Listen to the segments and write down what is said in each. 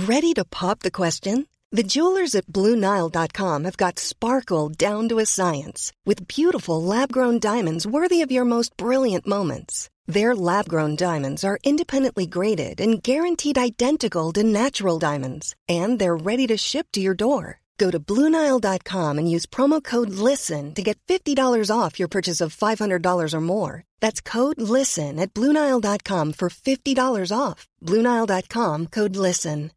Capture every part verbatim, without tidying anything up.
Ready to pop the question? The jewelers at Blue Nile dot com have got sparkle down to a science with beautiful lab-grown diamonds worthy of your most brilliant moments. Their lab-grown diamonds are independently graded and guaranteed identical to natural diamonds, and they're ready to ship to your door. Go to Blue Nile dot com and use promo code LISTEN to get fifty dollars off your purchase of five hundred dollars or more. That's code LISTEN at Blue Nile dot com for fifty dollars off. Blue Nile dot com, code LISTEN.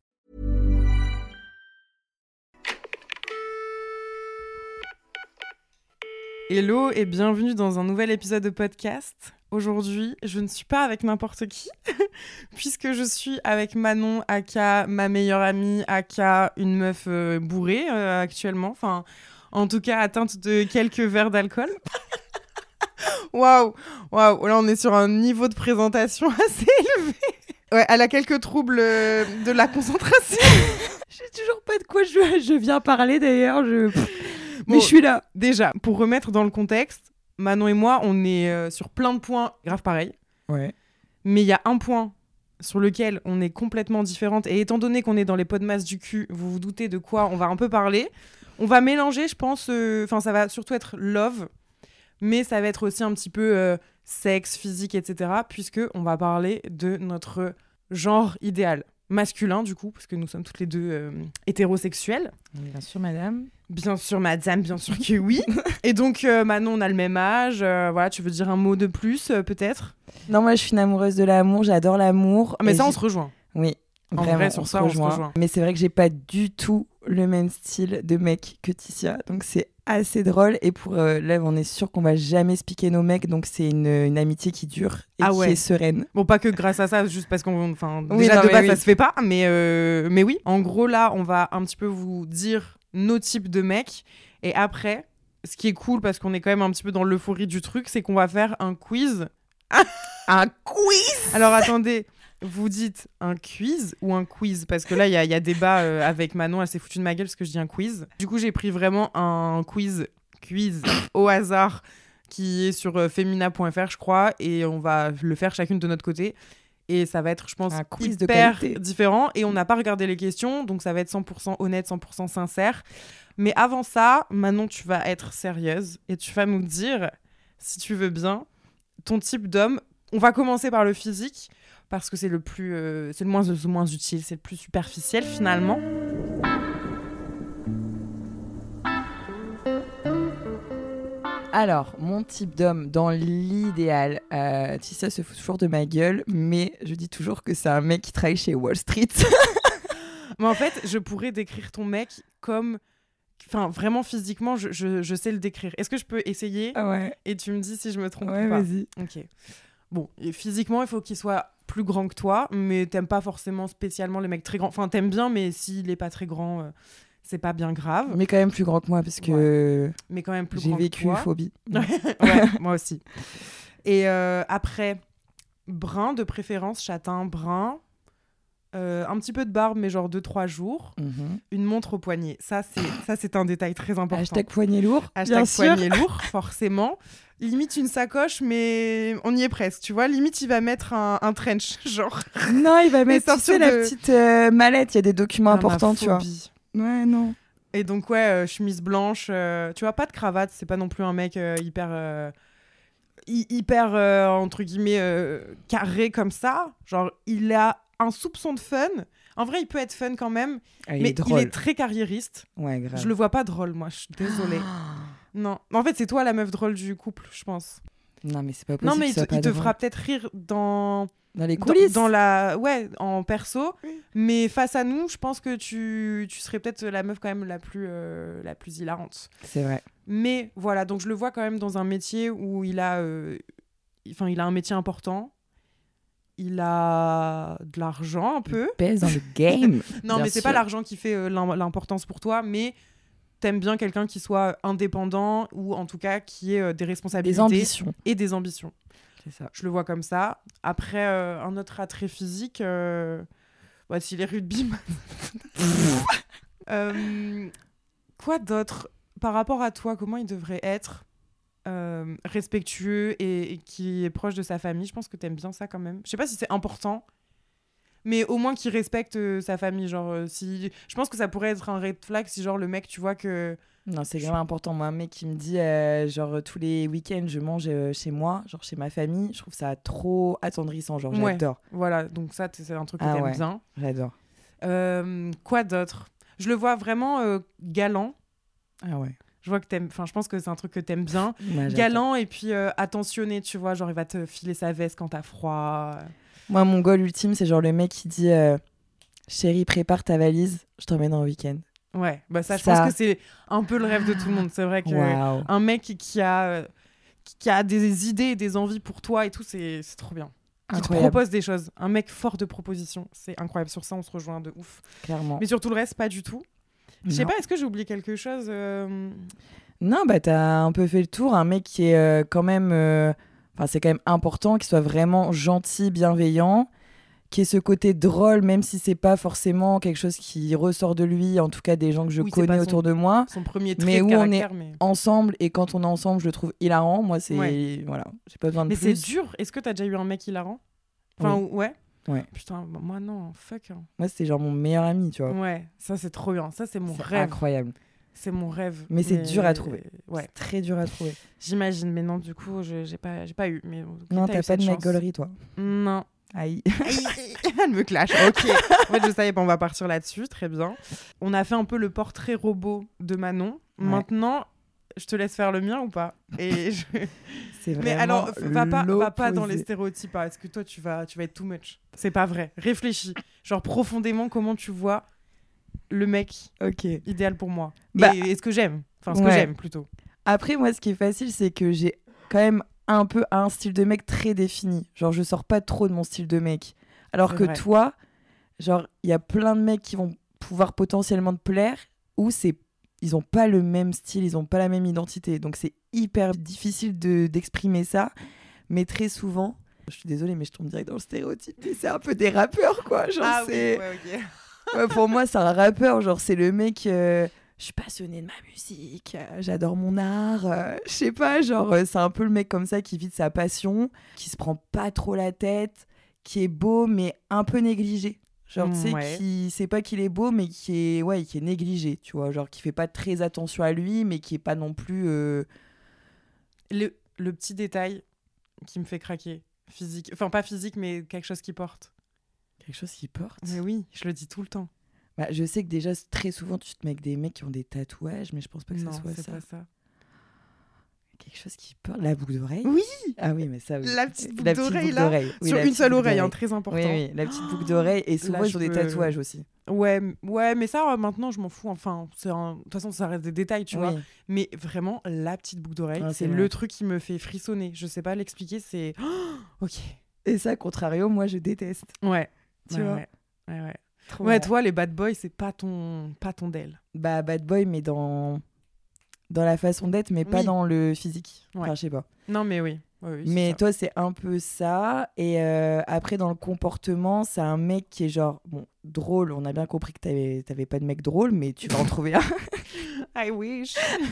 Hello et bienvenue dans un nouvel épisode de podcast. Aujourd'hui, je ne suis pas avec n'importe qui, puisque je suis avec Manon, aka ma meilleure amie, aka une meuf euh, bourrée euh, actuellement. Enfin, en tout cas, atteinte de quelques verres d'alcool. Waouh, waouh, là on est sur un niveau de présentation assez élevé. Ouais, elle a quelques troubles euh, de la concentration. Je sais toujours pas de quoi je, je viens parler d'ailleurs. Je... Mais Bon, je suis là. Déjà, pour remettre dans le contexte, Manon et moi, on est euh, sur plein de points grave pareils. Ouais. Mais il y a un point sur lequel on est complètement différentes. Et étant donné qu'on est dans les podmas du cul, vous vous doutez de quoi on va un peu parler. On va mélanger, je pense, enfin euh, ça va surtout être love, mais ça va être aussi un petit peu euh, sexe, physique, et cetera. Puisqu'on va parler de notre genre idéal. Masculin, du coup, parce que nous sommes toutes les deux euh, hétérosexuelles. Bien sûr, madame. Bien sûr, madame, bien sûr que oui. Et donc, euh, Manon, on a le même âge. Euh, voilà, tu veux dire un mot de plus, euh, peut-être ? Non, moi, je suis une amoureuse de l'amour. J'adore l'amour. Ah, mais Et ça, on j'ai- se rejoint. Oui. En Vraiment, vrai, sur ça, on se rejoint. Mais c'est vrai que j'ai pas du tout le même style de mec que Ticia. Donc, c'est assez drôle. Et pour euh, là, on est sûr qu'on va jamais se piquer nos mecs. Donc, c'est une, une amitié qui dure et Ah qui ouais. est sereine. Bon, pas que grâce à ça, juste parce qu'on... Enfin, Oui, déjà, non, de mais base, oui. ça se fait pas. Mais, euh, mais oui, en gros, là, on va un petit peu vous dire nos types de mecs. Et après, ce qui est cool, parce qu'on est quand même un petit peu dans l'euphorie du truc, c'est qu'on va faire un quiz. Un quiz. Alors, attendez... Vous dites un quiz ou un quiz ? Parce que là, il y, y a débat euh, avec Manon, elle s'est foutue de ma gueule parce que je dis un quiz. Du coup, j'ai pris vraiment un quiz, quiz au hasard qui est sur euh, femina point f r, je crois, et on va le faire chacune de notre côté. Et ça va être, je pense, Un quiz de hyper qualité. différent. Et on n'a pas regardé les questions, donc ça va être cent pour cent honnête, cent pour cent sincère. Mais avant ça, Manon, tu vas être sérieuse et tu vas nous dire, si tu veux bien, ton type d'homme. On va commencer par le physique. Parce que c'est le plus, euh, c'est le moins, le moins utile, c'est le plus superficiel finalement. Alors, mon type d'homme, dans l'idéal, euh, Ticia se fout toujours de ma gueule, mais je dis toujours que c'est un mec qui travaille chez Wall Street. Mais en fait, je pourrais décrire ton mec comme... Enfin, vraiment physiquement, je, je, je sais le décrire. Est-ce que je peux essayer ? Ah ouais. Et tu me dis si je me trompe Ouais, ou pas. vas-y. Ok. Bon, et physiquement, il faut qu'il soit plus grand que toi, mais t'aimes pas forcément spécialement les mecs très grands. Enfin, t'aimes bien, mais s'il est pas très grand, euh, c'est pas bien grave. Mais quand même plus grand que moi, parce que Mais quand même plus j'ai grand vécu que toi. phobie. Ouais, moi aussi. Et euh, après, brun de préférence, châtain, brun. Euh, un petit peu de barbe, mais genre deux trois jours. Mhm. Une montre au poignet. Ça, c'est, ça, c'est un détail très important. Hashtag poignet lourd. Hashtag bien sûr. poignet lourd, forcément. Limite une sacoche, mais on y est presque, tu vois. Limite, il va mettre un, un trench, genre. Non, il va mettre tu sortir sais, la de- petite euh, mallette, il y a des documents Ah, ma importants, tu vois. phobie. Ouais, non. Et donc, ouais, euh, chemise blanche. euh, tu vois, pas de cravate. C'est pas non plus un mec euh, hyper... euh, hy- hyper, euh, entre guillemets, euh, carré comme ça. Genre, il a un soupçon de fun. En vrai, il peut être fun quand même, Ah, il mais est drôle. il est très carriériste. Ouais, grave. Je le vois pas drôle, moi. Je suis désolée. Non. En fait, c'est toi la meuf drôle du couple, je pense. Non, mais c'est pas possible. Non, mais que il ce te, soit il pas te drôle. fera peut-être rire dans... Dans les dans- coulisses. Dans, la... Ouais, en perso. Oui. Mais face à nous, je pense que tu, tu serais peut-être la meuf quand même la plus, euh, la plus hilarante. C'est vrai. Mais voilà, donc je le vois quand même dans un métier où il a... euh, Enfin, il a un métier important. Il a de l'argent un peu. Il pèse dans le game. Non, Bien mais c'est sûr. pas l'argent qui fait euh, l'im- l'importance pour toi, mais t'aimes bien quelqu'un qui soit indépendant ou en tout cas qui ait euh, des responsabilités Des ambitions. et des ambitions. C'est ça. Je le vois comme ça. Après, euh, un autre attrait physique, euh... ouais, s'il est rugby. euh... Quoi d'autre par rapport à toi, comment il devrait être euh, respectueux et, et qui est proche de sa famille? Je pense que t'aimes bien ça quand même. Je sais pas si c'est important, Mais au moins qu'il respecte euh, sa famille. Genre, euh, si... Je pense que ça pourrait être un red flag si, genre, le mec, tu vois que. Non, c'est vraiment important. Moi, un mec qui me dit, euh, genre, tous les week-ends, je mange euh, chez moi, genre chez ma famille, je trouve ça trop attendrissant. Genre, Ouais. j'adore. Voilà, donc ça, t- c'est un truc que Ah t'aimes ouais. bien. J'adore. Euh, quoi d'autre ? Je le vois vraiment euh, galant. Ah ouais. Je vois que t'aimes. Enfin, je pense que c'est un truc que t'aimes bien. Ouais, Galant et puis euh, attentionné, tu vois. Genre, il va te filer sa veste quand t'as froid. Moi, mon goal ultime, c'est genre le mec qui dit euh, chérie, prépare ta valise, je t'emmène en week-end. Ouais, bah ça, je Ça. pense que c'est un peu le rêve de tout le monde. C'est vrai que Waouh. un mec qui, qui a euh, qui, qui a des idées et des envies pour toi et tout, c'est c'est trop bien. Qui te Incroyable. propose des choses. Un mec fort de proposition, c'est incroyable. Sur ça, on se rejoint de ouf. Clairement. Mais sur tout le reste, pas du tout. Je sais Non. pas, est-ce que j'ai oublié quelque chose euh... Non, bah t'as un peu fait le tour. Un mec qui est euh, quand même... euh, Enfin, c'est quand même important qu'il soit vraiment gentil, bienveillant, qui ait ce côté drôle, même si c'est pas forcément quelque chose qui ressort de lui, en tout cas des gens que je Oui, c'est connais pas autour son- de moi. son premier trait Mais de où on est caractère. Mais, ensemble, et quand on est ensemble, je le trouve hilarant. Moi, c'est... Ouais. Voilà, j'ai pas besoin de mais plus. c'est dur. Est-ce que t'as déjà eu un mec hilarant ? Enfin, Oui. ouais. Ouais. Putain, bah, moi non, fuck. hein. Moi, c'est genre mon meilleur ami, tu vois. Ouais, ça c'est trop bien. Ça c'est mon C'est rêve. incroyable. C'est mon rêve. Mais c'est dur à trouver. Ouais, C'est très dur à trouver. j'imagine. Mais non, du coup, je- j'ai pas, j'ai pas eu. Mais ok, Non, eu t'as pas cette de mec chance. gaulerie, toi. Non. Aïe. Elle me clash. Ok. En fait, je savais pas. On va partir là-dessus. Très bien. On a fait un peu le portrait robot de Manon. Ouais. Maintenant, je te laisse faire le mien ou pas ? Et je... C'est vraiment Mais alors, va pas, va pas dans les l'opposé. stéréotypes. Parce que toi, tu vas, tu vas être too much. C'est pas vrai. Réfléchis. Genre profondément, comment tu vois le mec Ok. idéal pour moi Bah, et, et ce que j'aime. Enfin, ce que ouais. j'aime plutôt. Après, moi, ce qui est facile, c'est que j'ai quand même un peu un style de mec très défini. Genre, je sors pas trop de mon style de mec. Alors C'est que vrai. toi, genre, il y a plein de mecs qui vont pouvoir potentiellement te plaire où c'est ils ont pas le même style, ils ont pas la même identité. Donc, c'est hyper difficile de d'exprimer ça. Mais très souvent, je suis désolée, mais je tombe direct dans le stéréotype. Mais c'est un peu des rappeurs, quoi. Genre, Ah oui, c'est... ouais, ok. Ouais, pour moi, c'est un rappeur. Genre, c'est le mec. euh, Je suis passionnée de ma musique. euh, J'adore mon art. euh, Je sais pas. Genre, euh, c'est un peu le mec comme ça qui vit de sa passion, qui se prend pas trop la tête, qui est beau, mais un peu négligé. Genre, tu sais, Ouais. qui sait pas qu'il est beau, mais qui est, ouais, qui est négligé. Tu vois, genre, qui fait pas très attention à lui, mais qui est pas non plus. euh, Le, le petit détail qui me fait craquer. Physique. Enfin, pas physique, mais quelque chose qui porte. Quelque chose qui porte. Mais oui, je le dis tout le temps. Bah, je sais que déjà, très souvent, tu te mets avec des mecs qui ont des tatouages, mais je pense pas que Non, ça soit c'est ça. pas ça. Quelque chose qui porte. La boucle d'oreille. Oui, Ah oui, mais ça, oui. La petite boucle La petite d'oreille, boucle là, d'oreille. Oui, sur la une petite seule boucle oreille, hein, d'oreille. très important. Oui, oui, la petite boucle d'oreille. Et souvent, Là, ils ont je des peux- tatouages aussi. Ouais, m- ouais, mais ça, euh, maintenant, je m'en fous. Enfin, c'est un... de toute façon, ça reste des détails, tu vois. Oui. Mais vraiment, la petite boucle d'oreille, Ah, c'est c'est le vrai. truc qui me fait frissonner. Je sais pas l'expliquer, c'est... ok. Et ça, contrario, moi, je déteste. Ouais. Tu ouais, vois ouais. Ouais, ouais. Trop Ouais, marrant. toi, les bad boys, c'est pas ton, pas ton del. Bah, bad boy, mais dans... dans la façon d'être, mais pas Oui. dans le physique. Ouais. Enfin, je sais pas. Non, mais oui. Oui, oui, c'est Mais ça. toi, c'est un peu ça. Et euh, après, dans le comportement, c'est un mec qui est genre, bon, drôle. On a bien compris que t'avais, t'avais pas de mec drôle, mais tu vas en trouver un. I wish.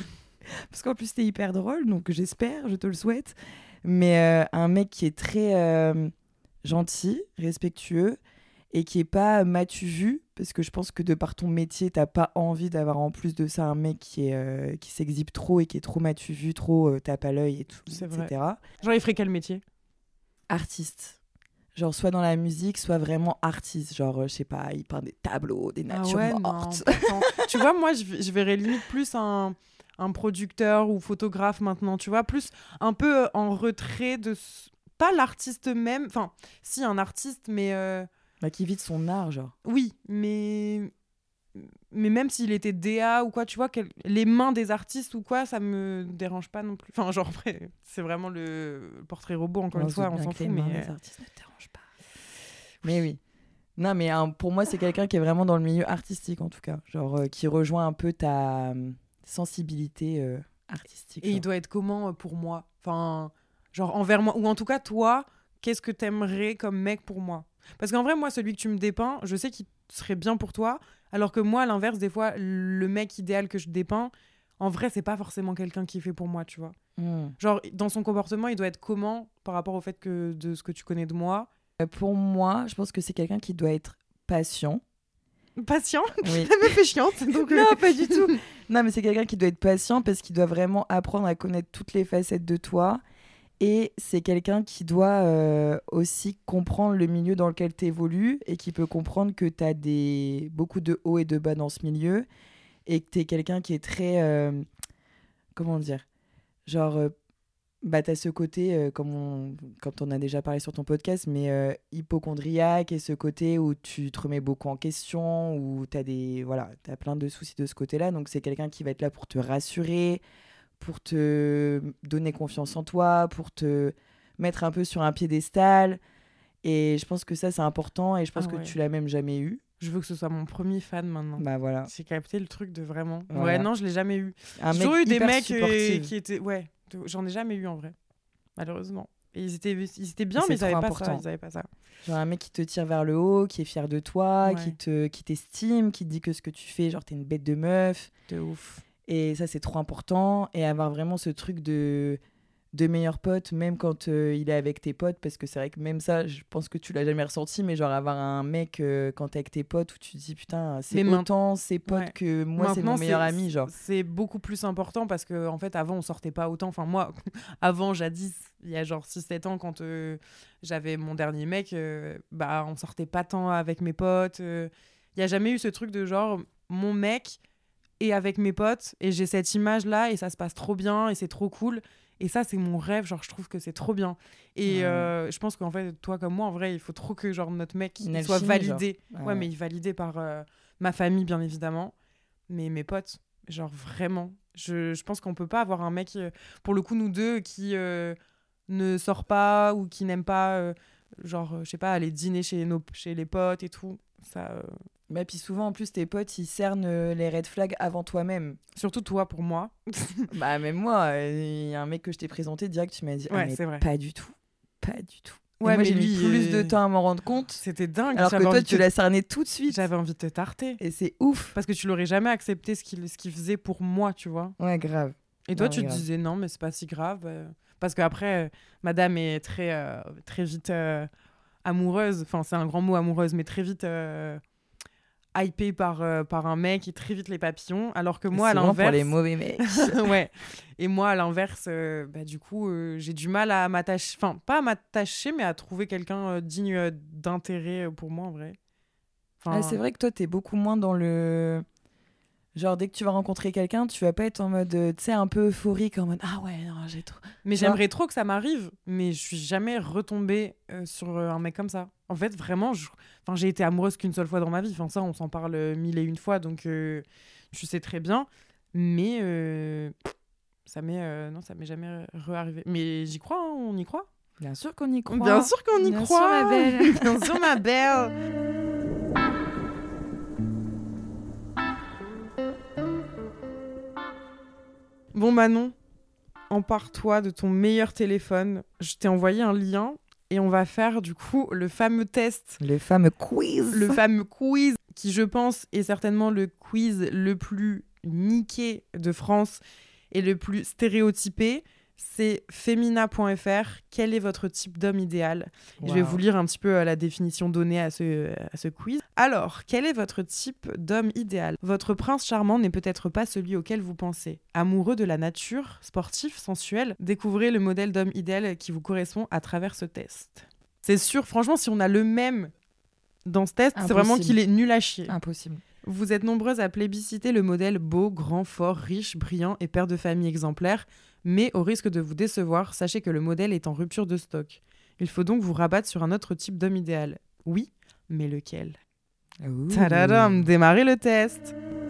Parce qu'en plus, t'es hyper drôle, donc j'espère, je te le souhaite. Mais euh, un mec qui est très euh, gentil, respectueux, et qui est pas m'as-tu vu, parce que je pense que de par ton métier, t'as pas envie d'avoir en plus de ça un mec qui, est, euh, qui s'exhibe trop et qui est trop m'as-tu vu, trop euh, tape à l'œil et tout, C'est et vrai. cetera. Genre, il ferait quel métier ? Artiste. Genre soit dans la musique, soit vraiment artiste. Genre, euh, je sais pas, il peint des tableaux, des natures Ah ouais, mortes. non. pourtant. Tu vois, moi, je, v- je verrais limite plus un, un producteur ou photographe maintenant, tu vois, plus un peu euh, en retrait de... s- Pas l'artiste même, enfin, si, un artiste, mais... euh, Bah, qui vit de son art, genre. Oui, mais... Mais même s'il était D A ou quoi, tu vois, quel- les mains des artistes ou quoi, ça me dérange pas non plus. Enfin, genre, après, c'est vraiment le portrait robot, encore une se fois, doute on bien s'en que les fout, mains mais... des artistes ne te dérangent pas. Mais oui. Non, mais hein, pour moi, c'est quelqu'un qui est vraiment dans le milieu artistique, en tout cas. Genre, euh, qui rejoint un peu ta euh, sensibilité euh, artistique. Et il genre. doit être comment euh, pour moi ? Enfin, genre envers moi. Ou en tout cas, toi, qu'est-ce que t'aimerais comme mec pour moi ? Parce qu'en vrai, moi, celui que tu me dépeins, je sais qu'il serait bien pour toi. Alors que moi, à l'inverse, des fois, le mec idéal que je dépeins, en vrai, c'est pas forcément quelqu'un qui est fait pour moi, tu vois. Hmm. Genre, dans son comportement, il doit être comment par rapport au fait que de ce que tu connais de moi ? Euh, Pour moi, je pense que c'est quelqu'un qui doit être patient. Patient. Oui. Elle me fait chiante. Donc, euh, Non, pas du tout. Non, mais c'est quelqu'un qui doit être patient parce qu'il doit vraiment apprendre à connaître toutes les facettes de toi. Et c'est quelqu'un qui doit euh, aussi comprendre le milieu dans lequel tu évolues et qui peut comprendre que tu as des... beaucoup de hauts et de bas dans ce milieu et que tu es quelqu'un qui est très... euh, comment dire Genre, euh, bah, tu as ce côté, euh, comme on, quand on a déjà parlé sur ton podcast, mais euh, hypocondriaque et ce côté où tu te remets beaucoup en question, où tu as des... Voilà, tu as plein de soucis de ce côté-là. Donc, c'est quelqu'un qui va être là pour te rassurer, pour te donner confiance en toi, pour te mettre un peu sur un piédestal. Et je pense que ça, c'est important et je pense Ah que ouais. tu l'as même jamais eu. je veux que ce soit mon premier fan maintenant. Bah voilà. J'ai capté le truc de vraiment. Voilà. Ouais, non, je l'ai jamais eu. Un J'ai mec toujours eu des hyper mecs euh, supportif. qui étaient. Ouais, de- j'en ai jamais eu en vrai, malheureusement. Et ils étaient, ils étaient bien, Et mais c'est ils avaient trop pas ça. important. Ils avaient pas ça. Genre un mec qui te tire vers le haut, qui est fier de toi, Ouais. qui te, qui t'estime, qui te dit que ce que tu fais, genre t'es une bête de meuf. De ouf. Et ça, c'est trop important. Et avoir vraiment ce truc de, de meilleur pote, même quand euh, il est avec tes potes, parce que c'est vrai que même ça, je pense que tu l'as jamais ressenti, mais genre avoir un mec euh, quand t'es avec tes potes où tu te dis putain, c'est Mais main- autant ses potes Ouais. que moi, c'est Maintenant, mon meilleur ami, genre. C'est beaucoup plus important parce que en fait, avant, on sortait pas autant. Enfin, moi, avant, jadis, il y a genre six sept ans, quand euh, j'avais mon dernier mec, euh, bah, on sortait pas tant avec mes potes. Il y a jamais eu ce truc de genre, mon mec est avec mes potes et j'ai cette image-là et ça se passe trop bien et c'est trop cool. Et ça, c'est mon rêve. Genre, je trouve que c'est trop bien. Et Ouais. euh, je pense qu'en fait, toi comme moi, en vrai, il faut trop que genre notre mec Une il soit alchimie, validé. genre. Ouais, Ouais. mais il est validé par euh, ma famille, bien évidemment. Mais mes potes, genre vraiment. Je, je pense qu'on peut pas avoir un mec, euh, pour le coup, nous deux, qui euh, ne sort pas ou qui n'aime pas, euh, genre, euh, je sais pas, aller dîner chez, nos, chez les potes et tout. Ça, euh, Bah, puis souvent, en plus, tes potes, ils cernent euh, les red flags avant toi-même. surtout toi, pour moi. Bah, même moi, il y a un mec que je t'ai présenté direct, tu m'as dit, ah, Ouais, mais c'est vrai. pas du tout. Pas du tout. Et Ouais, moi, mais j'ai mis lui, plus euh, de temps à m'en rendre compte. C'était dingue. Alors que j'avais toi, envie tu de- l'as cerné tout de suite. J'avais envie de te tarter. Et c'est ouf. Parce que tu l'aurais jamais accepté ce qu'il ce qu'il faisait pour moi, tu vois. Ouais, grave. Et toi, Non, tu mais te grave. disais non, mais c'est pas si grave. euh, Parce qu'après, euh, madame est très, euh, très vite euh, amoureuse. Enfin, c'est un grand mot, amoureuse, mais très vite euh, hypée par, euh, par un mec et très vite les papillons. Alors que moi, à C'est vraiment l'inverse. pour les mauvais mecs. Ouais. Et moi, à l'inverse, euh, bah, du coup, euh, j'ai du mal à m'attacher. Enfin, pas à m'attacher, mais à trouver quelqu'un euh, digne euh, d'intérêt euh, pour moi, en vrai. Enfin, Ah, c'est vrai que toi, t'es beaucoup moins dans le. Genre, dès que tu vas rencontrer quelqu'un, tu vas pas être en mode, euh, tu sais, un peu euphorique, en mode, ah ouais, non, j'ai trop. Mais Tu vois j'aimerais trop que ça m'arrive, mais je suis jamais retombée euh, sur euh, un mec comme ça. En fait, vraiment, je... enfin, j'ai été amoureuse qu'une seule fois dans ma vie. Enfin, ça, on s'en parle euh, mille et une fois, donc euh, je sais très bien. Mais euh, ça m'est, euh, non, ça m'est jamais re-arrivé. Mais j'y crois, hein, on y croit. Bien sûr qu'on y croit. Bien sûr qu'on y Bien croit. sûr, ma belle. Bien sûr, ma belle. Bon, Manon, empare-toi de ton meilleur téléphone. Je t'ai envoyé un lien et on va faire du coup le fameux test, Le fameux quiz. le fameux quiz qui, je pense, est certainement le quiz le plus niqué de France et le plus stéréotypé. C'est femina point f r. Quel est votre type d'homme idéal ? Et je vais Waouh. vous lire un petit peu euh, la définition donnée à ce, à ce quiz. Alors, quel est votre type d'homme idéal ? Votre prince charmant n'est peut-être pas celui auquel vous pensez. Amoureux de la nature, sportif, sensuel, découvrez le modèle d'homme idéal qui vous correspond à travers ce test. C'est sûr, franchement, si on a le même dans ce test, c'est Impossible. vraiment qu'il est nul à chier. Impossible. Vous êtes nombreuses à plébisciter le modèle beau, grand, fort, riche, brillant et père de famille exemplaire, mais au risque de vous décevoir, sachez que le modèle est en rupture de stock. Il faut donc vous rabattre sur un autre type d'homme idéal. Oui, mais lequel ? Ouh. Tadadam, démarrez le test.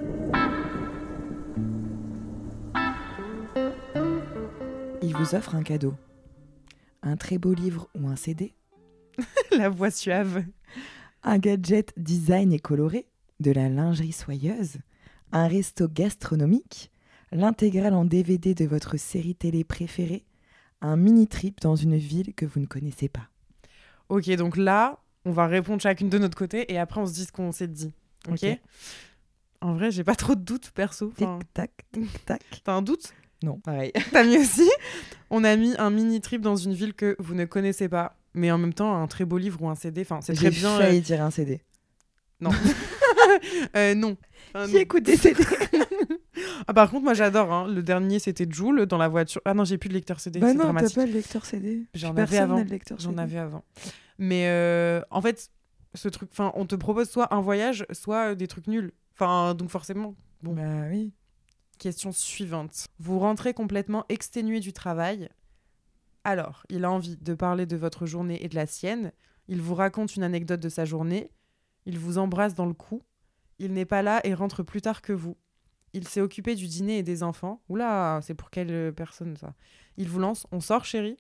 Il vous offre un cadeau. Un très beau livre ou un C D. La voix suave. Un gadget design et coloré. De la lingerie soyeuse. Un resto gastronomique. L'intégrale en D V D de votre série télé préférée. Un mini-trip dans une ville que vous ne connaissez pas. Ok, donc là, on va répondre chacune de notre côté et après on se dit ce qu'on s'est dit. Ok, Ok. En vrai, j'ai pas trop de doutes perso. Enfin, Tic-tac, tic-tac. t'as un doute ? Non, pareil. T'as mis aussi. On a mis un mini trip dans une ville que vous ne connaissez pas. Mais en même temps, un très beau livre ou un C D, enfin, c'est J'ai très bien. failli euh, dire un C D. Non. euh, non. Enfin, Qui non. écoute des C D? Ah, par contre, moi j'adore. Hein. Le dernier, c'était Joule dans la voiture. Ah non, j'ai plus de lecteur C D. Bah c'est non, t'as dramatique. pas le lecteur C D. J'en Personne avais avant. n'a le lecteur J'en C D. avais avant. Mais euh, en fait, ce truc, enfin, on te propose soit un voyage, soit euh, des trucs nuls. Enfin, donc forcément. Bon. Bah oui. Question suivante. Vous rentrez complètement exténué du travail. Alors, il a envie de parler de votre journée et de la sienne. Il vous raconte une anecdote de sa journée. Il vous embrasse dans le cou. Il n'est pas là et rentre plus tard que vous. Il s'est occupé du dîner et des enfants. Oula, c'est pour quelle personne ça? Il vous lance. On sort, chérie?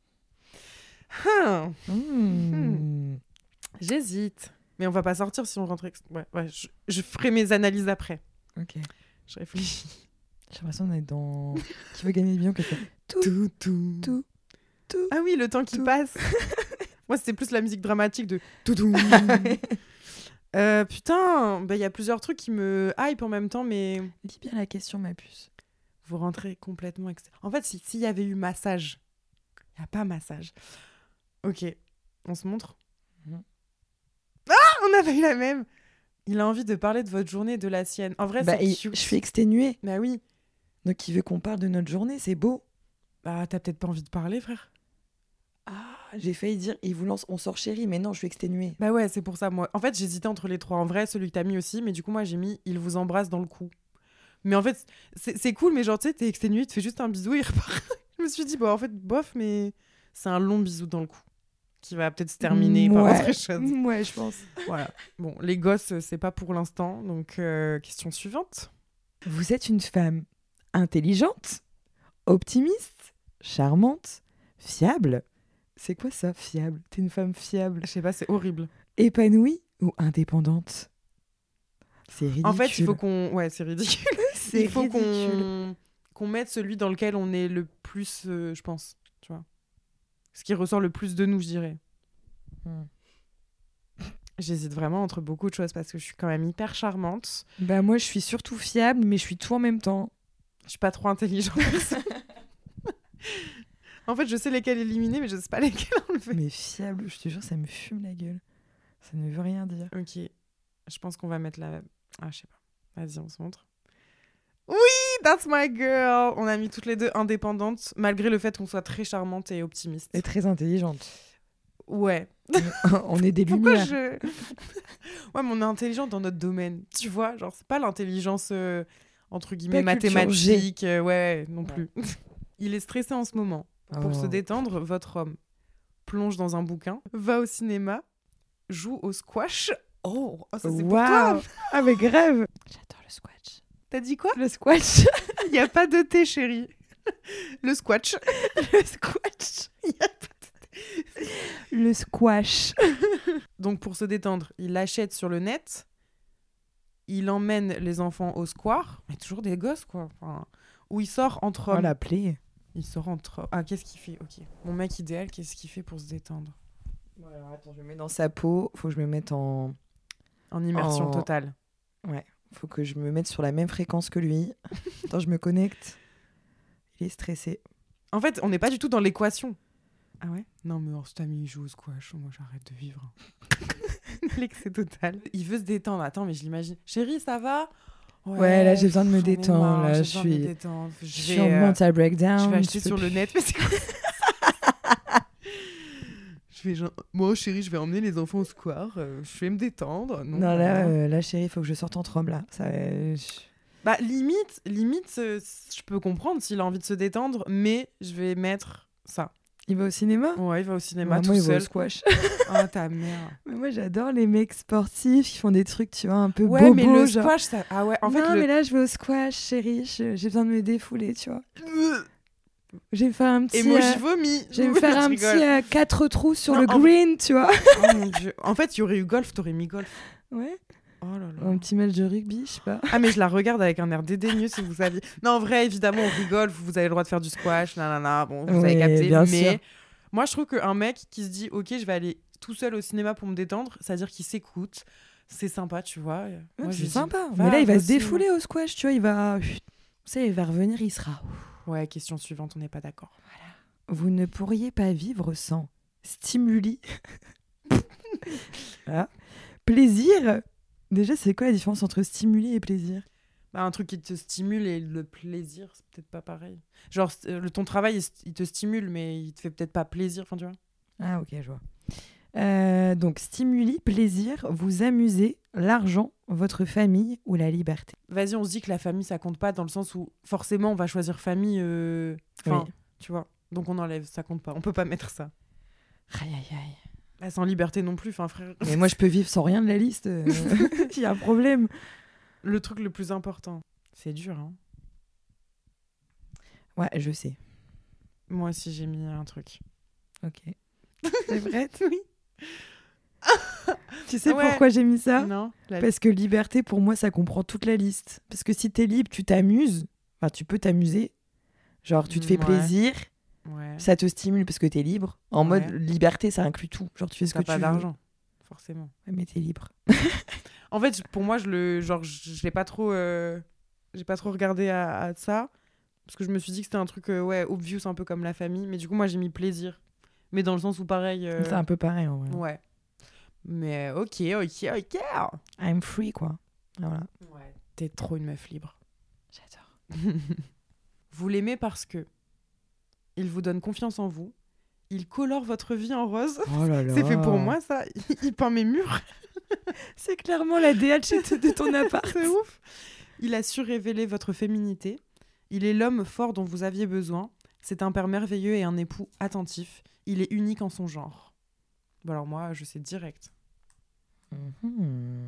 Hum, Mmh. J'hésite. Mais on va pas sortir si on rentre. ex- Ouais, ouais, je, je ferai mes analyses après. Ok. Je réfléchis. J'ai l'impression d'être dans Qui veut gagner le million que fait tout, Tout, tout. tout, tout. Ah oui, le temps qui Tout. passe. Moi, c'était plus la musique dramatique de tout, tout. Euh, putain, bah, il y a plusieurs trucs qui me hype en même temps, mais Lis bien la question, ma puce. vous rentrez complètement... Ex... En fait, si- s'il y avait eu massage, il n'y a pas massage. Ok, on se montre. Mhm. Ah, on avait eu la même. Il a envie de parler de votre journée et de la sienne. En vrai, Bah, c'est et cute. je suis exténuée. Bah oui. Donc il veut qu'on parle de notre journée, c'est beau. Bah, t'as peut-être pas envie de parler, frère. Ah, j'ai failli dire, il vous lance, on sort chérie, mais non, je suis exténuée. Bah ouais, c'est pour ça, moi. En fait, j'hésitais entre les trois. En vrai, celui que t'as mis aussi, mais du coup, moi, j'ai mis « Il vous embrasse dans le cou ». Mais en fait, c'est c'est cool, mais genre, tu sais, t'es exténué, tu fais juste un bisou et il repart. Je me suis dit, bah en fait, bof, mais c'est un long bisou dans le cou qui va peut-être se terminer par Ouais. autre chose. Ouais, je pense. Voilà. Bon, les gosses, c'est pas pour l'instant, donc euh, question suivante. Vous êtes une femme intelligente, optimiste, charmante, fiable. C'est quoi ça, fiable? T'es une femme fiable. Je sais pas, c'est horrible. Épanouie ou indépendante? C'est ridicule. En fait, il faut qu'on... Ouais, c'est ridicule. C'est il faut ridicule. qu'on qu'on mette celui dans lequel on est le plus, euh, je pense, tu vois. Ce qui ressort le plus de nous, je dirais. Hmm. J'hésite vraiment entre beaucoup de choses parce que je suis quand même hyper charmante. Bah moi, je suis surtout fiable, mais je suis tout en même temps. Je suis pas trop intelligente. En fait, je sais lesquels éliminer, mais je sais pas lesquels enlever. Mais fiable, je te jure, ça me fume la gueule. Ça ne veut rien dire. Ok. Je pense qu'on va mettre la... Ah, je sais pas. Vas-y, on se montre. Oui, that's my girl. On a mis toutes les deux indépendantes, malgré le fait qu'on soit très charmante et optimiste. Et très intelligente. Ouais. On est des Pourquoi lumières. je... Ouais, mais on est intelligente dans notre domaine. Tu vois, genre, c'est pas l'intelligence, euh, entre guillemets, Pas culture mathématique. euh, ouais, non Ouais. plus. Il est stressé en ce moment. Pour Oh. se détendre, votre homme plonge dans un bouquin, va au cinéma, joue au squash. Oh, oh, ça c'est pour toi. Waouh. Ah mais grave. J'adore le squash. T'as dit quoi? Le squash. Il y a pas de thé, chérie. Le squash. Le squash. Y a pas de- Le squash. Donc pour se détendre, il achète sur le net. Il emmène les enfants au square. Mais toujours des gosses, quoi. Enfin, où il sort entre On hommes. l'a appelé. Il sort entre... Ah, qu'est-ce qu'il fait? Ok. Mon mec idéal, qu'est-ce qu'il fait pour se détendre? Bon, alors attends, je me mets dans sa peau. Faut que je me mette en. En immersion En- totale. Faut que je me mette sur la même fréquence que lui. Attends, je me connecte. Il est stressé. En fait, on n'est pas du tout dans l'équation. Ah ouais? Non, mais cet ami, il joue au squash. Moi, j'arrête de vivre. L'excès total. Il veut se détendre. Attends, mais je l'imagine. Chérie, ça va? Ouais, là, j'ai besoin de me j'en ai détendre, marre, là, j'ai je besoin de me suis- détendre. Je Je vais, suis en euh, mental breakdown. je vais je acheter peux sur le plus. net. Mais c'est quoi? Je vais genre... Moi, chérie, je vais emmener les enfants au square. euh, je vais me détendre. Non, Non, bah, là, non. euh, là, chérie, il faut que je sorte entre hommes, là. Ça, euh, je- Bah, limite, limite euh, je peux comprendre s'il a envie de se détendre, mais je vais mettre ça. Il va au cinéma? Ouais, il va au cinéma Ouais, tout moi, il va au seul. squash. Oh, ta mère. Mais moi, j'adore les mecs sportifs qui font des trucs, tu vois, un peu Ouais, bobos. mais le genre. squash, ça... Ah ouais, en fait, non, le... mais là, je vais au squash, chérie. je- J'ai besoin de me défouler, tu vois. Je vais me faire un petit. Et moi, euh, j'y vomis. Je vais me faire un petit rigole. euh, quatre trous sur Non, le en- green, tu vois. Oh mon Dieu. En fait, il y aurait eu golf, t'aurais mis golf. Ouais. Oh là là. Un petit match de rugby, je sais pas. Ah, mais je la regarde avec un air dédaigneux, si vous saviez. Non, en vrai, évidemment, on rigole. Vous avez le droit de faire du squash, nanana. Bon, vous avez Oui, capté. bien Mais sûr. moi, je trouve qu'un mec qui se dit, OK, je vais aller tout seul au cinéma pour me détendre, c'est-à-dire qu'il s'écoute. C'est sympa, tu vois. Ouais, Moi, je c'est lui dis, sympa. va, Mais là, il va va se au cinéma. défouler au squash, tu vois. Il va. Tu sais, il va revenir, il sera. Ouais, question suivante, on n'est pas d'accord. Vous ne pourriez pas vivre sans stimuli. Voilà. Plaisir. Déjà, c'est quoi la différence entre stimuli et plaisir? Bah, un truc qui te stimule et le plaisir, c'est peut-être pas pareil. Genre, le, ton travail, il, il te stimule, mais il te fait peut-être pas plaisir. Enfin, tu vois. Ah, ok, je vois. Euh, donc, stimuli, plaisir, vous amuser, l'argent, votre famille ou la liberté. Vas-y, on se dit que la famille, ça compte pas dans le sens où forcément, on va choisir famille. Euh... Enfin, Oui. tu vois. Donc, on enlève, ça compte pas. On peut pas mettre ça. Aïe, aïe, aïe. Bah, sans liberté non plus, enfin, frère. Mais moi, je peux vivre sans rien de la liste. Il y a un problème. Le truc le plus important, c'est dur, hein. Ouais, je sais. Moi aussi, j'ai mis un truc. Ok. C'est vrai? Oui. Tu sais Ouais. pourquoi j'ai mis ça? Non. La... Parce que liberté, pour moi, ça comprend toute la liste. Parce que si t'es libre, tu t'amuses. Enfin, tu peux t'amuser. Genre, tu te fais Ouais. plaisir. Ouais. Ça te stimule parce que t'es libre. En Ouais. mode liberté, ça inclut tout. Genre, tu fais ce T'as que pas tu d'argent, forcément. veux. Ouais, mais t'es libre. En fait, pour moi, je le, genre, je je l'ai pas trop, euh, j'ai pas trop regardé à, à ça, parce que je me suis dit que c'était un truc, euh, ouais, obvious, un peu comme la famille. Mais du coup, moi, j'ai mis plaisir, mais dans le sens où pareil. euh, C'est un peu pareil, en vrai. Ouais. Mais euh, ok, ok, ok. I'm free, quoi. Voilà. Ouais. T'es trop une meuf libre. J'adore. Vous l'aimez parce que il vous donne confiance en vous, il colore votre vie en rose. Oh là là. C'est fait pour moi, ça. Il peint mes murs. C'est clairement la D H de ton appart. C'est ouf. Il a su révéler votre féminité. Il est l'homme fort dont vous aviez besoin. C'est un père merveilleux et un époux attentif. Il est unique en son genre. Bon, alors moi, je sais direct. Mhm.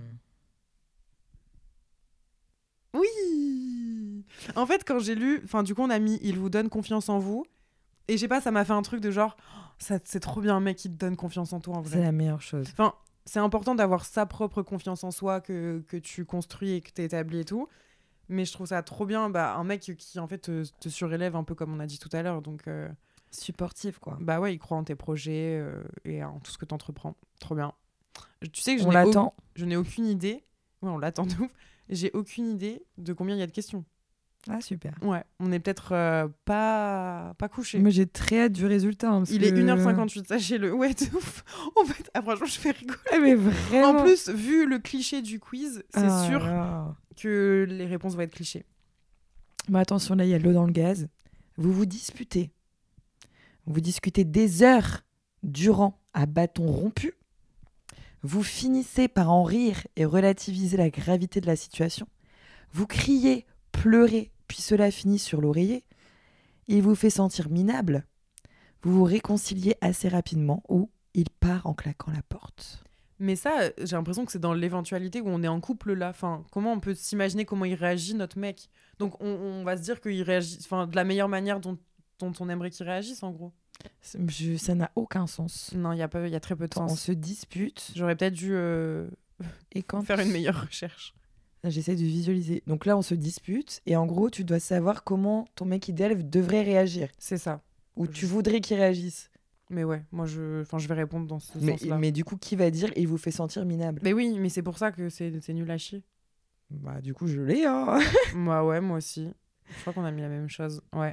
Oui. En fait, quand j'ai lu, enfin, du coup, on a mis il vous donne confiance en vous. Et je sais pas, ça m'a fait un truc de genre, oh, ça, c'est trop bien un mec qui te donne confiance en toi en vrai. C'est la meilleure chose. Enfin, c'est important d'avoir sa propre confiance en soi que, que tu construis et que tu établis et tout. Mais je trouve ça trop bien, bah, un mec qui en fait te, te surélève un peu comme on a dit tout à l'heure. Donc, euh, Supportif, quoi. bah ouais, il croit en tes projets euh, et en tout ce que tu entreprends. Trop bien. Tu sais que je On n'ai, l'attend. au- je n'ai aucune idée. Ouais, on l'attend de ouf. J'ai aucune idée de combien il y a de questions. Ah, super. Ouais, on est peut-être euh, pas, pas couché. Moi, j'ai très hâte du résultat. hein, parce Il que- est une heure cinquante-huit, sachez-le. Ouais, de ouf. En fait, ah, franchement, je fais rigoler. Ah, mais vraiment. En plus, vu le cliché du quiz, c'est Ah sûr là. que les réponses vont être clichés. Mais attention, là, il y a de l'eau dans le gaz. Vous vous disputez. Vous discutez des heures durant à bâton rompu. Vous finissez par en rire et relativiser la gravité de la situation. Vous criez, pleurez, puis cela finit sur l'oreiller. Il vous fait sentir minable. Vous vous réconciliez assez rapidement ou il part en claquant la porte. Mais ça, euh, j'ai l'impression que c'est dans l'éventualité où on est en couple là. Enfin, comment on peut s'imaginer comment il réagit, notre mec? Donc, on, on va se dire qu'il réagit enfin, de la meilleure manière dont, dont on aimerait qu'il réagisse, en gros. Je- ça n'a aucun sens. Non, il y a pas, il y a très peu de On sens. se dispute J'aurais peut-être dû euh, et quand faire une meilleure recherche. J'essaie de visualiser. Donc là, on se dispute et en gros, tu dois savoir comment ton mec idéal devrait réagir C'est ça. ou Je- tu voudrais qu'il réagisse. Mais ouais, moi, je, enfin, je vais répondre dans ce Mais, sens-là. Mais... mais du coup, qui va dire il vous fait sentir minable? oui, mais c'est pour ça que c'est, c'est nul à chier. Bah, du coup, je l'ai, hein. Moi, ouais, moi aussi. Je crois qu'on a mis la même chose. Ouais.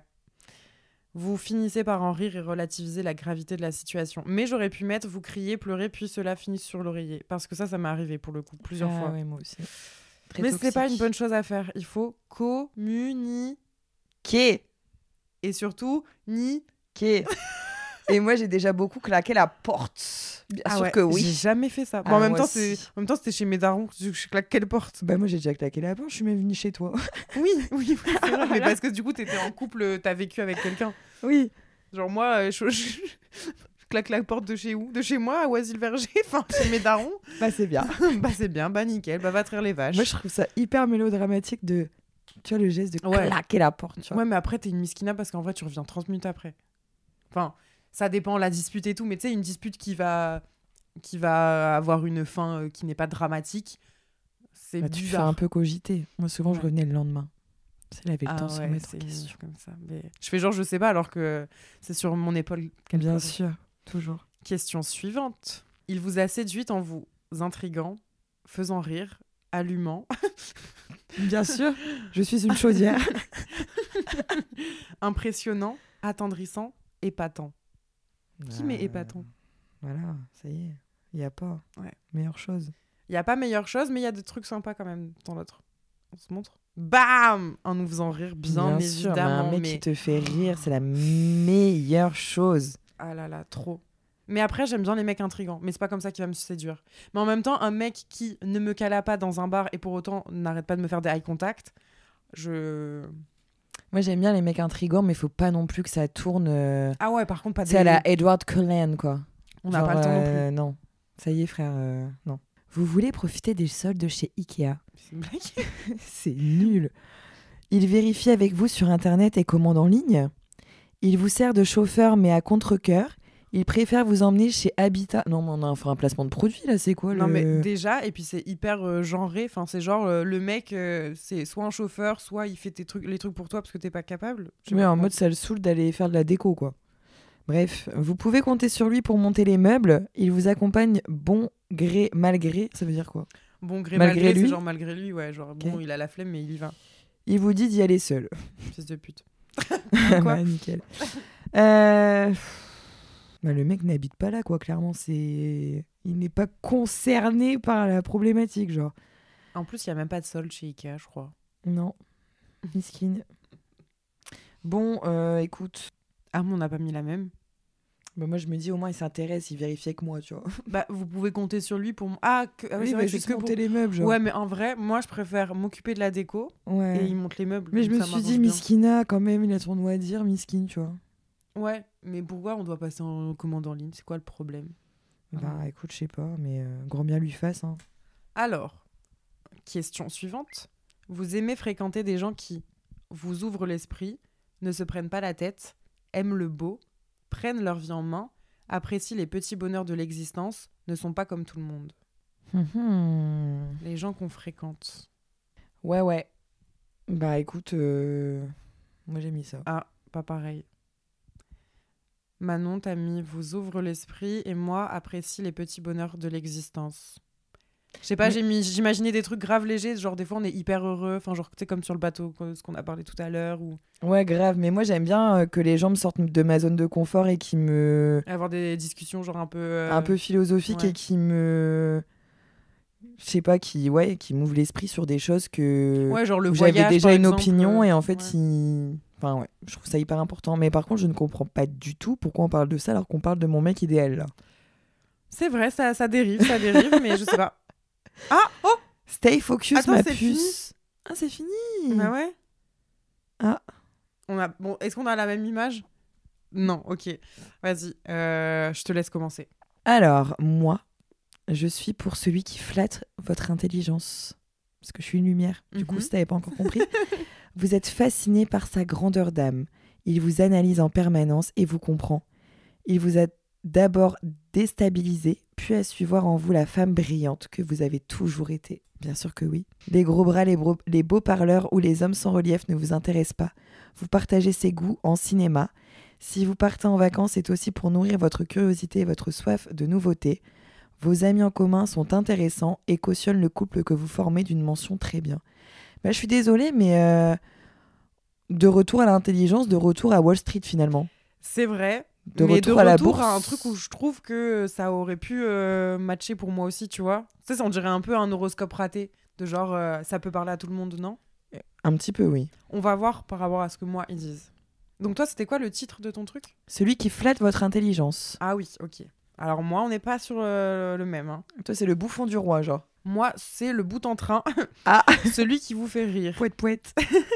Vous finissez par en rire et relativiser la gravité de la situation. Mais j'aurais pu mettre vous criez, pleurez, puis cela finit sur l'oreiller. Parce que ça, ça m'est arrivé pour le coup, plusieurs Ah fois. ouais, moi aussi. Très Mais c'est pas toxique. une bonne chose à faire. Il faut communiquer. Qui Et surtout, ni. Qui Et moi, j'ai déjà beaucoup claqué la porte. Bien Ah sûr ouais, que oui. J'ai jamais fait ça. Bon, Ah, en, même moi temps, aussi. c'est... en même temps, c'était chez mes darons. Je, je claque quelle porte? Bah, moi, j'ai déjà claqué la porte. Je suis même venue chez toi. Oui, oui, oui, c'est vrai. Mais parce que du coup, t'étais en couple, t'as vécu avec quelqu'un. Oui. Genre moi, euh, je, je- je claque la porte de chez où? De chez moi, à Oisy-le-Verger, enfin, chez mes darons. Bah, c'est bien. Bah c'est bien, bah nickel, bah va traire les vaches. Moi, je trouve ça hyper mélodramatique de. Tu vois, le geste de Ouais. claquer la porte. Tu vois. Ouais, mais après, t'es une miskina parce qu'en vrai, tu reviens trente minutes après. Enfin, ça dépend, la dispute et tout, mais tu sais, une dispute qui va, qui va avoir une fin euh, qui n'est pas dramatique, c'est Bah, tu fais bizarre. un peu cogiter. Moi, souvent, je Ouais. revenais le lendemain. C'est elle avait le Ah temps de se ouais, remettre en c'est une question. meuf comme ça. Mais... Je fais genre, je sais pas, alors que c'est sur mon épaule. qu'elle Bien pleure. sûr, toujours. Question suivante. Il vous a séduite en vous intriguant, faisant rire, allumant, Bien sûr, je suis une chaudière. impressionnant, attendrissant, épatant. Qui met épatant? Voilà, ça y est. Il n'y a pas Ouais. meilleure chose. Il n'y a pas meilleure chose, mais il y a des trucs sympas quand même dans l'autre. On se montre. Bam, en nous faisant rire, bien, bien sûr, mais évidemment. un mec mais... qui te fait rire, c'est la meilleure chose. Ah là là, trop. Mais après, j'aime bien les mecs intrigants. Mais c'est pas comme ça qu'il va me séduire. Mais en même temps, un mec qui ne me cala pas dans un bar et pour autant n'arrête pas de me faire des eye contact, je... Moi, j'aime bien les mecs intrigants, mais faut pas non plus que ça tourne. Euh... Ah ouais, par contre, pas C'est des... à la Edward Cullen, quoi. On n'a Genre, pas le temps non plus. euh, non. Ça y est, frère, euh, non. Vous voulez profiter des soldes de chez Ikea? C'est une blague. C'est nul. Il vérifie avec vous sur Internet et commande en ligne. Il vous sert de chauffeur, mais à contre-cœur. Il préfère vous emmener chez Habitat. Non, mais on a enfin un placement de produit, là, c'est quoi Non, le... mais déjà, et puis c'est hyper euh, genré. Enfin, c'est genre, euh, le mec, euh, c'est soit un chauffeur, soit il fait tes trucs, les trucs pour toi parce que t'es pas capable. Je sais Ouais, pas en comment- mode, ça le saoule d'aller faire de la déco, quoi. Bref, vous pouvez compter sur lui pour monter les meubles. Il vous accompagne bon gré, mal gré. Ça veut dire quoi? Bon gré, Malgré malgré, lui c'est genre malgré lui, ouais. Genre, Ok. bon, il a la flemme, mais il y va. Il vous dit d'y aller seul. Fils de pute. Quoi Quoi nickel. Euh... Bah, le mec n'habite pas là, quoi. Clairement, c'est... Il n'est pas concerné par la problématique, genre. En plus, il y a même pas de solde chez Ikea, je crois. Non. Miskine. Bon, euh, écoute. Ah, mais on n'a pas mis la même. Bah, moi, je me dis, au moins, il s'intéresse, il vérifie avec moi, tu vois. Bah, vous pouvez compter sur lui pour... m- Ah, que... ah oui, Oui, c'est il vrai, va c'est juste que pour... monter les meubles, genre. Ouais, mais en vrai, moi, je préfère m'occuper de la déco Ouais. et il monte les meubles. Mais je donc me ça suis m'arrange dit, bien. Miskina, quand même, il a son mot à dire, Miskine, tu vois. Ouais, mais pourquoi on doit passer en commande en ligne? C'est quoi le problème? Bah, écoute, je sais pas, mais euh, grand bien lui fasse, hein. Alors, question suivante. Vous aimez fréquenter des gens qui vous ouvrent l'esprit, ne se prennent pas la tête, aiment le beau, prennent leur vie en main, apprécient les petits bonheurs de l'existence, ne sont pas comme tout le monde. Mhm. Les gens qu'on fréquente. Ouais, ouais. Bah, écoute, euh, moi, j'ai mis ça. Ah, pas pareil. Manon, t'as mis vous ouvre l'esprit et moi apprécie les petits bonheurs de l'existence. Je sais pas, Mais- j'ai mis, j'imaginais des trucs grave légers, genre des fois on est hyper heureux, enfin genre tu sais comme sur le bateau, quoi, ce qu'on a parlé tout à l'heure, ou Ouais, grave, mais moi, j'aime bien euh, que les gens me sortent de ma zone de confort et qui me... avoir des discussions genre un peu... euh, un peu philosophiques ouais. et qui me... Je sais pas, qui, ouais, qui m'ouvrent l'esprit sur des choses que... Ouais, genre le où voyage, j'avais déjà par une exemple, opinion euh, et en fait, ouais. il... Enfin, ouais, je trouve ça hyper important. Mais par contre, je ne comprends pas du tout pourquoi on parle de ça alors qu'on parle de mon mec idéal, là. C'est vrai, ça, ça dérive, ça dérive, mais je sais pas. Ah, oh Stay focus, Attends, ma c'est puce. Ah, c'est fini. Bah ouais. Ah. On a... Bon, est-ce qu'on a la même image? Non, ok. Vas-y, euh, je te laisse commencer. Alors, moi, je suis pour celui qui flatte votre intelligence. Parce que je suis une lumière. Du coup, Mhm. si t'avais pas encore compris. Vous êtes fasciné par sa grandeur d'âme. Il vous analyse en permanence et vous comprend. Il vous a d'abord déstabilisé, puis a su voir en vous la femme brillante que vous avez toujours été. Bien sûr que oui. Les gros bras, les, bro- les beaux parleurs ou les hommes sans relief ne vous intéressent pas. Vous partagez ses goûts en cinéma. Si vous partez en vacances, c'est aussi pour nourrir votre curiosité et votre soif de nouveautés. Vos amis en commun sont intéressants et cautionnent le couple que vous formez d'une mention très bien. Bah, je suis désolée, mais euh, de retour à l'intelligence, de retour à Wall Street finalement. C'est vrai. De mais retour de à la retour bourse. à un truc où je trouve que ça aurait pu euh, matcher pour moi aussi, tu vois. Tu sais, ça, on dirait un peu un horoscope raté. De genre, euh, ça peut parler à tout le monde, non? Un petit peu, oui. On va voir par rapport à ce que moi, ils disent. Donc toi, c'était quoi le titre de ton truc? Celui qui flatte votre intelligence. Ah oui, ok. Alors moi, on n'est pas sur euh, le même. Hein. Toi, c'est le bouffon du roi, genre. Moi, c'est le bout en train. Ah. Celui qui vous fait rire. Pouette, pouette.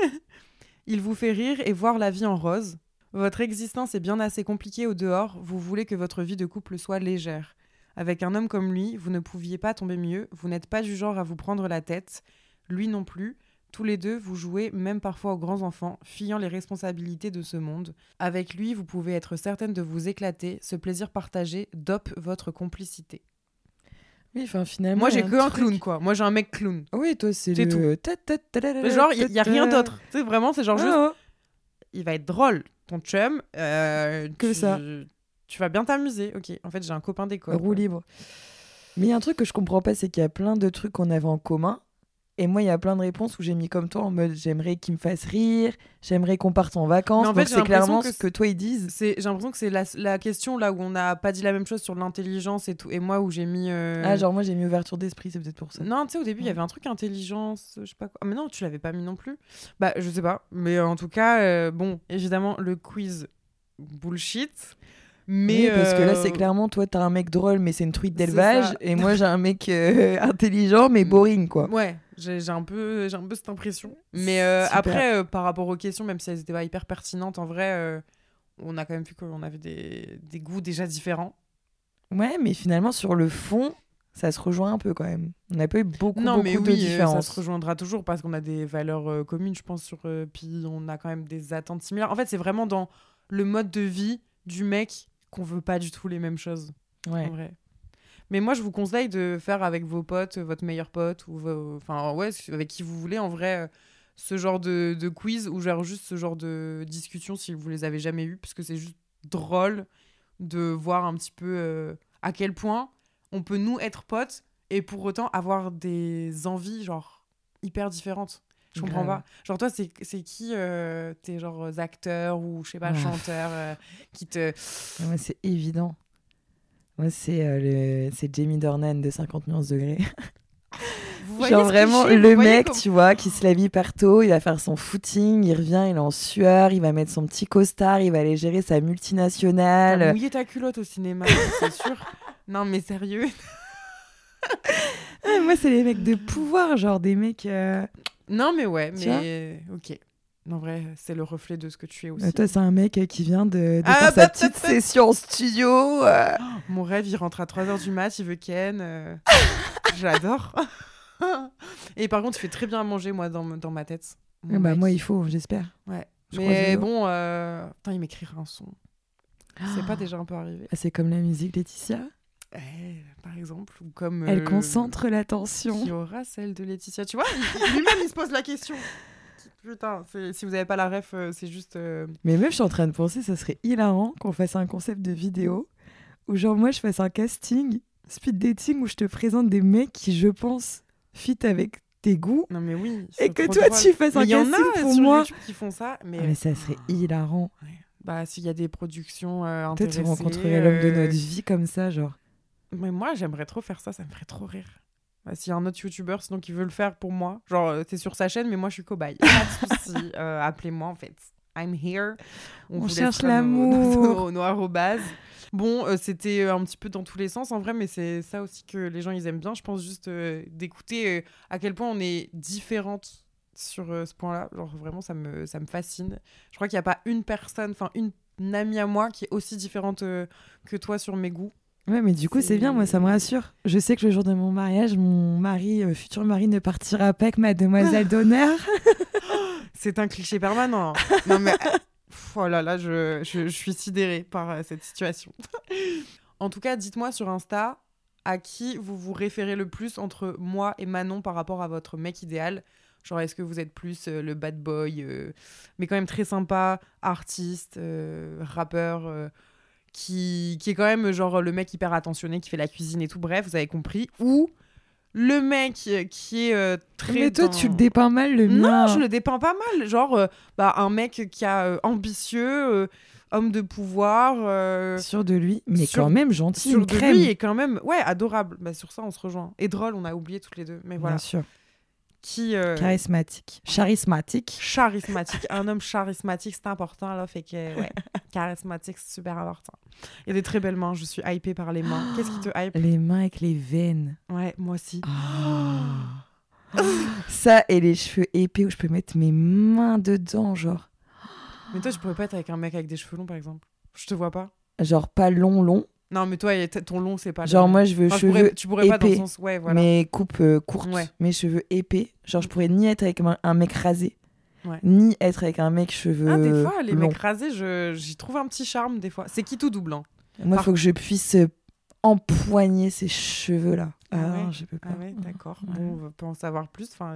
Il vous fait rire et voir la vie en rose. Votre existence est bien assez compliquée au dehors. Vous voulez que votre vie de couple soit légère. Avec un homme comme lui, vous ne pouviez pas tomber mieux. Vous n'êtes pas du genre à vous prendre la tête. Lui non plus. Tous les deux, vous jouez, même parfois aux grands enfants, fuyant les responsabilités de ce monde. Avec lui, vous pouvez être certaine de vous éclater. Ce plaisir partagé dope votre complicité. Oui, enfin, finalement. Moi, il y j'ai a un que un truc. clown, quoi. Moi, j'ai un mec clown. Oui, toi, c'est C'est le. Ta, ta, ta, ta, ta, Mais genre, il n'y a, ta, rien ta. d'autre. Tu sais, vraiment, c'est genre juste... Ah, Il va être drôle, ton chum. euh, Que tu, ça. Tu vas bien t'amuser. Ok, en fait, j'ai un copain d'école. roue quoi. libre. Mais il y a un truc que je comprends pas, c'est qu'il y a plein de trucs qu'on avait en commun Et moi, il y a plein de réponses où j'ai mis comme toi en mode j'aimerais qu'il me fasse rire, j'aimerais qu'on parte en vacances. En fait, donc j'ai c'est clairement que ce que toi ils disent. C'est... J'ai l'impression que c'est la, la question là où on n'a pas dit la même chose sur l'intelligence et tout. Et moi, où j'ai mis. Euh... Ah, genre moi j'ai mis ouverture d'esprit, c'est peut-être pour ça. Non, tu sais, au début, il ouais. y avait un truc intelligence, je sais pas quoi. Ah, mais non, tu l'avais pas mis non plus. Bah, je sais pas. Mais en tout cas, euh, bon, évidemment, le quiz bullshit. Mais oui, parce euh... que là, c'est clairement, toi, t'as un mec drôle, mais c'est une truite d'élevage. Et moi, j'ai un mec euh, intelligent, mais boring, quoi. Ouais, j'ai, j'ai, un, peu, j'ai un peu cette impression. Mais euh, après, euh, par rapport aux questions, même si elles étaient pas hyper pertinentes, en vrai, euh, on a quand même vu qu'on avait des, des goûts déjà différents. Ouais, mais finalement, sur le fond, ça se rejoint un peu quand même. On n'a pas eu beaucoup, non, beaucoup mais de oui, différences. Euh, ça se rejoindra toujours parce qu'on a des valeurs euh, communes, je pense, sur, euh, puis on a quand même des attentes similaires. En fait, c'est vraiment dans le mode de vie du mec qu'on veut pas du tout les mêmes choses. Ouais. En vrai. Mais moi, je vous conseille de faire avec vos potes, votre meilleur pote, ou vos... enfin, ouais, avec qui vous voulez, en vrai, euh, ce genre de, de quiz, ou genre juste ce genre de discussion si vous les avez jamais eues, parce que c'est juste drôle de voir un petit peu euh, à quel point on peut, nous, être potes, et pour autant avoir des envies, genre, hyper différentes. Je comprends Grave. pas. Genre, toi, c'est, c'est qui euh, tes genre acteurs ou, je sais pas, ouais. chanteurs euh, qui te... Moi, c'est évident. Moi, c'est, euh, le... c'est Jamie Dornan de cinquante nuances degrés. Vous genre vraiment cliché, le mec, comme... tu vois, qui se lève hyper tôt, il va faire son footing, il revient, il est en sueur, il va mettre son petit costard, il va aller gérer sa multinationale. T'as mouillé ta culotte au cinéma, c'est sûr. Non, mais sérieux. ah, moi, c'est les mecs de pouvoir, genre des mecs... Euh... Non, mais ouais, mais ok. En vrai, c'est le reflet de ce que tu es aussi. Euh, toi, c'est un mec qui vient de, de ah, faire bah, sa petite bah, session en studio. Euh... Oh, mon rêve, il rentre à trois heures du mat, il veut Ken. Euh... J'adore. Et par contre, il fait très bien à manger, moi, dans, dans ma tête. Ah bah, moi, il faut, j'espère. Ouais. Je mais bon, euh... Putain, il m'écrira un son. Ah. C'est pas déjà un peu arrivé. Ah, c'est comme la musique Laetitia Eh, par exemple, ou comme elle euh, concentre l'attention. Qui aura celle de Laetitia, tu vois, il, lui-même il se pose la question. Putain, c'est, si vous avez pas la ref, euh, c'est juste. Euh... Mais même, je suis en train de penser, ça serait hilarant qu'on fasse un concept de vidéo où genre moi je fasse un casting, speed dating où je te présente des mecs qui, je pense, fit avec tes goûts. Non mais oui. Et que toi drôle. Tu fasses mais un casting y en a pour sur moi. YouTube qui font ça, mais. Ah, mais ça serait oh. hilarant. Ouais. Bah s'il y a des productions euh, peut-être intéressées. Peut-être tu rencontrerais euh... l'homme de notre vie comme ça, genre. Mais moi, j'aimerais trop faire ça, ça me ferait trop rire. Bah, s'il y a un autre youtubeur sinon qui veut le faire pour moi, genre euh, c'est sur sa chaîne, mais moi je suis cobaye. Pas de soucis, euh, appelez-moi en fait. I'm here. On, On cherche l'amour. Nos, nos, nos arrobases. Bon, euh, c'était un petit peu dans tous les sens en vrai, mais c'est ça aussi que les gens ils aiment bien. Je pense juste euh, d'écouter euh, à quel point on est différentes sur euh, ce point-là. Genre vraiment, ça me, ça me fascine. Je crois qu'il n'y a pas une personne, enfin une, une amie à moi qui est aussi différente euh, que toi sur mes goûts. Ouais, mais du coup, c'est... c'est bien, moi, ça me rassure. Je sais que le jour de mon mariage, mon mari, euh, futur mari, ne partira pas avec ma demoiselle d'honneur. C'est un cliché permanent. Non, mais oh là là, je, je, je suis sidérée par euh, cette situation. En tout cas, dites-moi sur Insta à qui vous vous référez le plus entre moi et Manon par rapport à votre mec idéal. Genre, est-ce que vous êtes plus euh, le bad boy, euh, mais quand même très sympa, artiste, euh, rappeur euh, Qui, qui est quand même genre le mec hyper attentionné qui fait la cuisine et tout, bref, vous avez compris, ou le mec qui est euh, très mais toi dans... tu le dépeins mal le mien. Non, je le dépeins pas mal, genre euh, bah, un mec qui a euh, ambitieux, euh, homme de pouvoir, euh, sûr de lui, mais sur, quand même gentil, sûr de crème. lui et quand même ouais adorable. Bah, sur ça on se rejoint, et drôle, on a oublié toutes les deux, mais voilà. Bien sûr. Qui euh... charismatique, charismatique, charismatique, un homme charismatique, c'est important là, fait que ouais, charismatique, c'est super important. Il y a des très belles mains, je suis hypée par les mains. Qu'est-ce qui te hype? Les mains avec les veines. Ouais, moi aussi. Oh. Ça et les cheveux épais où je peux mettre mes mains dedans, genre. Mais toi, tu pourrais pas être avec un mec avec des cheveux longs, par exemple? Je te vois pas. Genre pas long, long. Non, mais toi, ton long, c'est pas... Genre, le... moi, je veux enfin, cheveux pourrais, tu pourrais épais, pas dans le sens... Ouais, voilà. mais coupe euh, courte, ouais. Mes cheveux épais. Genre, je pourrais ni être avec un, un mec rasé, ouais. ni être avec un mec cheveux Ah, des fois, les longs. mecs rasés, je... j'y trouve un petit charme, des fois. C'est qui tout double, hein. Moi, il faut que je puisse euh, empoigner ces cheveux-là. Ah, ah ouais. non, je peux pas. Ah ouais, d'accord. Ouais. Bon, on peut en savoir plus. Enfin...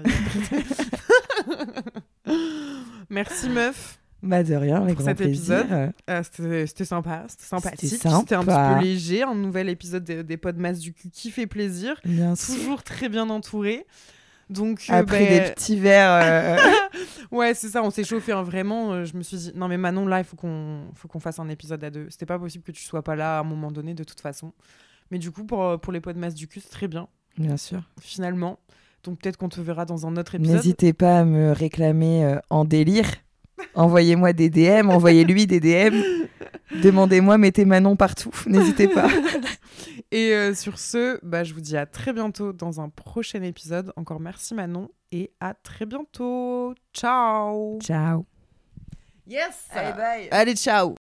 Merci, meuf. Bah de rien, avec pour grand cet plaisir. épisode. Euh, c'était, c'était sympa, c'était sympathique, c'était, sympa. C'était un petit peu léger, un nouvel épisode des, des Podmas du cul qui fait plaisir. Bien toujours sûr. très bien entouré. Donc, euh, Après bah... des petits verres. Euh... ouais, c'est ça, on s'est chauffé. Hein, vraiment, euh, je me suis dit, non mais Manon, là, il faut qu'on, faut qu'on fasse un épisode à deux. C'était pas possible que tu sois pas là à un moment donné, de toute façon. Mais du coup, pour, pour les pots de masse du cul, c'est très bien. Bien sûr. Finalement. Donc peut-être qu'on te verra dans un autre épisode. N'hésitez pas à me réclamer euh, en délire. Envoyez-moi des D M, envoyez-lui des D M. Demandez-moi, mettez Manon partout. N'hésitez pas. Et euh, sur ce, bah, je vous dis à très bientôt dans un prochain épisode. Encore merci Manon et à très bientôt. Ciao. Ciao. Yes. Allez, bye. Allez, ciao.